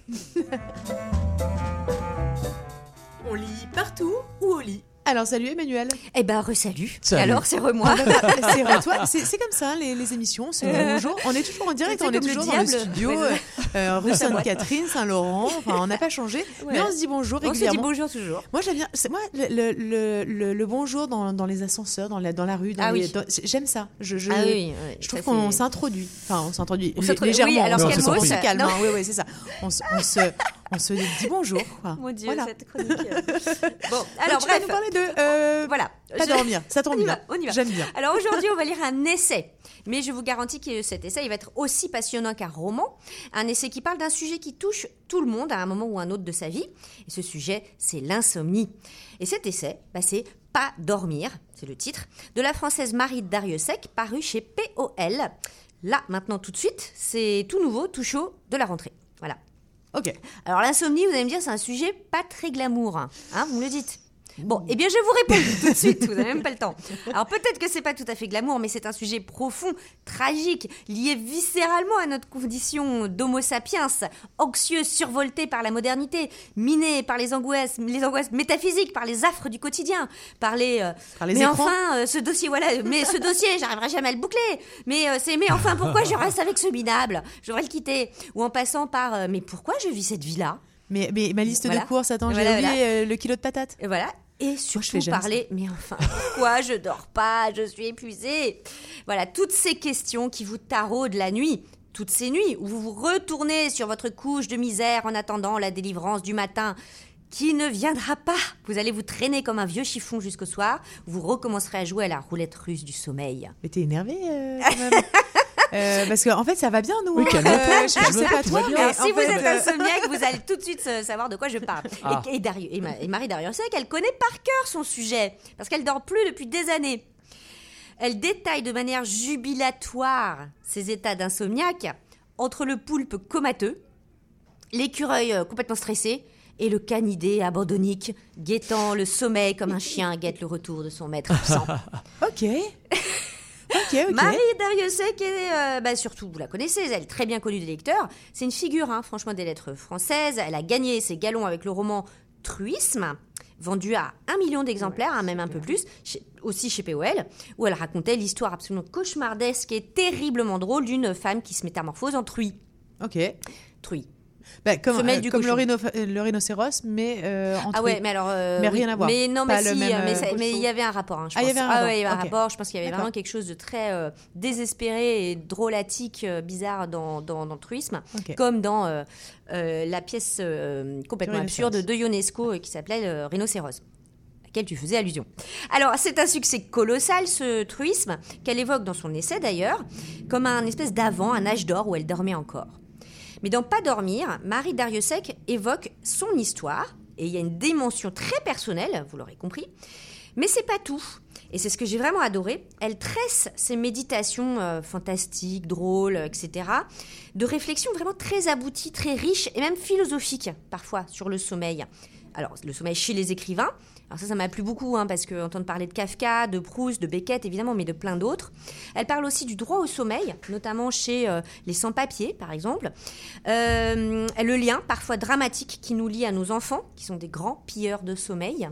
On lit partout ou au lit? Alors, salut Emmanuel. Eh ben, re-salut. Alors, c'est re-moi. C'est re-toi. C'est comme ça, les émissions. C'est bonjour. On est toujours en direct, on est toujours dans le studio, rue Sainte-Catherine, Saint-Laurent. Enfin, on n'a pas changé. Ouais. Mais on se dit bonjour régulièrement. On se dit bonjour toujours. Moi, j'aime bien. Moi, le bonjour dans les ascenseurs, dans la rue. J'aime ça. Je trouve qu'on s'introduit. Enfin, on s'introduit légèrement. Oui, alors quel mot c'est calme. Oui, c'est ça. On se dit bonjour. Quoi. Mon Dieu, voilà. cette chronique. Bon, alors bref. Tu vas nous parler de voilà. Pas dormir. Ça tombe bien. On y va. J'aime bien. Alors aujourd'hui, on va lire un essai. Mais je vous garantis que cet essai, il va être aussi passionnant qu'un roman. Un essai qui parle d'un sujet qui touche tout le monde à un moment ou un autre de sa vie. Et ce sujet, c'est l'insomnie. Et cet essai, c'est Pas dormir, c'est le titre, de la française Marie Darrieussecq, paru chez POL. Là, maintenant, tout de suite, c'est tout nouveau, tout chaud de la rentrée. Voilà. Ok. Alors l'insomnie, vous allez me dire, c'est un sujet pas très glamour. Hein, vous me le dites. Bon, eh bien, je vous réponds tout de suite, vous n'avez même pas le temps. Alors, peut-être que c'est pas tout à fait glamour, mais c'est un sujet profond, tragique, lié viscéralement à notre condition d'homo sapiens, anxieux, survolté par la modernité, miné par les angoisses métaphysiques, par les affres du quotidien, par les mais écrans. Enfin, ce dossier, j'arriverai jamais à le boucler. Mais enfin, pourquoi je reste avec ce minable? Je devrais le quitter. Ou en passant par, mais pourquoi je vis cette vie-là? Mais ma liste de courses, attends, j'ai oublié le kilo de patates. Et voilà. Et surtout parler, mais enfin, pourquoi je dors pas, je suis épuisée. Voilà, toutes ces questions qui vous taraudent la nuit, toutes ces nuits où vous vous retournez sur votre couche de misère en attendant la délivrance du matin qui ne viendra pas. Vous allez vous traîner comme un vieux chiffon jusqu'au soir, où vous recommencerez à jouer à la roulette russe du sommeil. Mais t'es énervée quand même. Parce qu'en fait, ça va bien, nous. Oui, calme-toi. Je sais pas toi, mais si vous êtes insomniaque, vous allez tout de suite savoir de quoi je parle. Ah. Et Marie Darrieussecq, elle connaît par cœur son sujet, parce qu'elle dort plus depuis des années. Elle détaille de manière jubilatoire ses états d'insomniaque entre le poulpe comateux, l'écureuil complètement stressé et le canidé abandonnique guettant le sommeil comme un chien guette le retour de son maître absent. Ok. Marie Darrieussecq est, surtout, vous la connaissez, elle est très bien connue des lecteurs. C'est une figure, franchement, des lettres françaises. Elle a gagné ses galons avec le roman Truisme, vendu à 1 million d'exemplaires, même un peu plus, aussi chez POL, où elle racontait l'histoire absolument cauchemardesque et terriblement drôle d'une femme qui se métamorphose en truie. Ok. Truie. Comme le rhinocéros, mais en truie. Mais rien à voir. Mais non, mais il y avait un rapport. Je pense. Il y avait un rapport. Il y avait un rapport. Je pense qu'il y avait vraiment quelque chose de très désespéré et drôlatique, bizarre dans le truisme, comme dans la pièce complètement absurde de Ionesco qui s'appelait Rhinocéros, à laquelle tu faisais allusion. Alors, c'est un succès colossal, ce truisme, qu'elle évoque dans son essai d'ailleurs, comme un espèce d'avant, un âge d'or où elle dormait encore. Mais dans Pas dormir, Marie Darrieussecq évoque son histoire, et il y a une dimension très personnelle, vous l'aurez compris, mais c'est pas tout. Et c'est ce que j'ai vraiment adoré. Elle tresse ses méditations fantastiques, drôles, etc., de réflexions vraiment très abouties, très riches, et même philosophiques, parfois, sur le sommeil. Alors, le sommeil chez les écrivains. Alors ça m'a plu beaucoup, parce qu'entendre parler de Kafka, de Proust, de Beckett, évidemment, mais de plein d'autres. Elle parle aussi du droit au sommeil, notamment chez les sans-papiers, par exemple. Le lien, parfois dramatique, qui nous lie à nos enfants, qui sont des grands pilleurs de sommeil.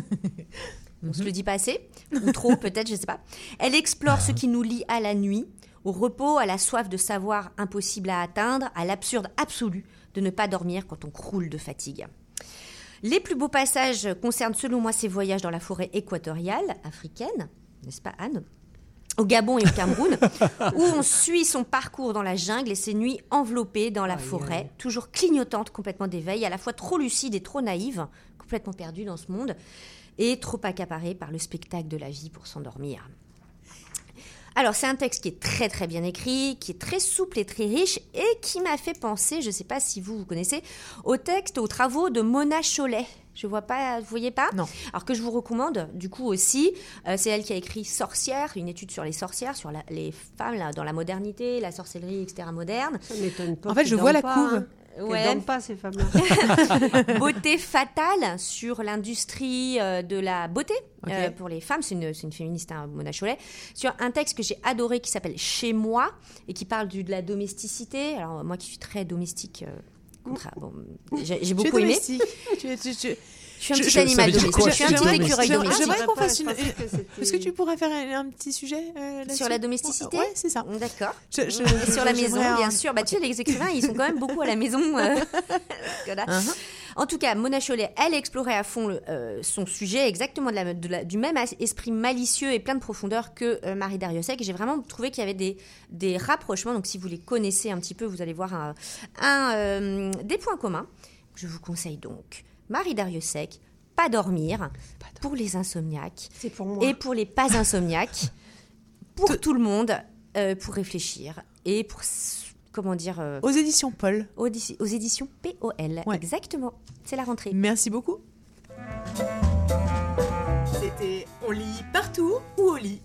On se le dit pas assez, ou trop peut-être, je sais pas. Elle explore ce qui nous lie à la nuit, au repos, à la soif de savoir impossible à atteindre, à l'absurde absolu de ne pas dormir quand on croule de fatigue. Les plus beaux passages concernent selon moi ses voyages dans la forêt équatoriale africaine, n'est-ce pas Anne ? Au Gabon et au Cameroun, où on suit son parcours dans la jungle et ses nuits enveloppées dans la forêt, toujours clignotantes, complètement d'éveil, à la fois trop lucide et trop naïve, complètement perdue dans ce monde, et trop accaparée par le spectacle de la vie pour s'endormir. Alors, c'est un texte qui est très très bien écrit, qui est très souple et très riche, et qui m'a fait penser, je ne sais pas si vous connaissez, aux travaux de Mona Chollet. Je vois pas, vous voyez pas ? Non. Alors que je vous recommande, du coup aussi, c'est elle qui a écrit Sorcières, une étude sur les sorcières, sur les femmes dans la modernité, la sorcellerie, etc. moderne. Ça m'étonne pas. En fait, je vois la couve. Elles dorment pas, ces femmes-là. Beauté fatale sur l'industrie de la beauté pour les femmes. C'est une féministe, Mona Chollet. Sur un texte que j'ai adoré qui s'appelle Chez moi et qui parle de la domesticité. Alors, moi qui suis très domestique, Bon, j'ai beaucoup aimé. Je suis un petit animal domestique. Je suis un petit écureuil domestique. J'aimerais qu'on fasse une... Est-ce que tu pourrais faire un petit sujet là-dessus ? Sur la domesticité ? Ouais, c'est ça. D'accord. Et sur la maison, bien sûr. Tu sais, les écrivains, ils sont quand même beaucoup à la maison. En tout cas, Mona Chollet, elle explorait à fond son sujet, exactement du même esprit malicieux et plein de profondeur que Marie Darrieussecq. J'ai vraiment trouvé qu'il y avait des rapprochements. Donc, si vous les connaissez un petit peu, vous allez voir des points communs. Je vous conseille donc Marie Darrieussecq, Pas dormir, pour les insomniaques. C'est pour moi. Et pour les pas insomniaques, pour tout le monde, pour réfléchir et pour... Comment dire aux éditions Paul. Aux éditions POL, ouais. Exactement. C'est la rentrée. Merci beaucoup. C'était On lit partout ou au lit.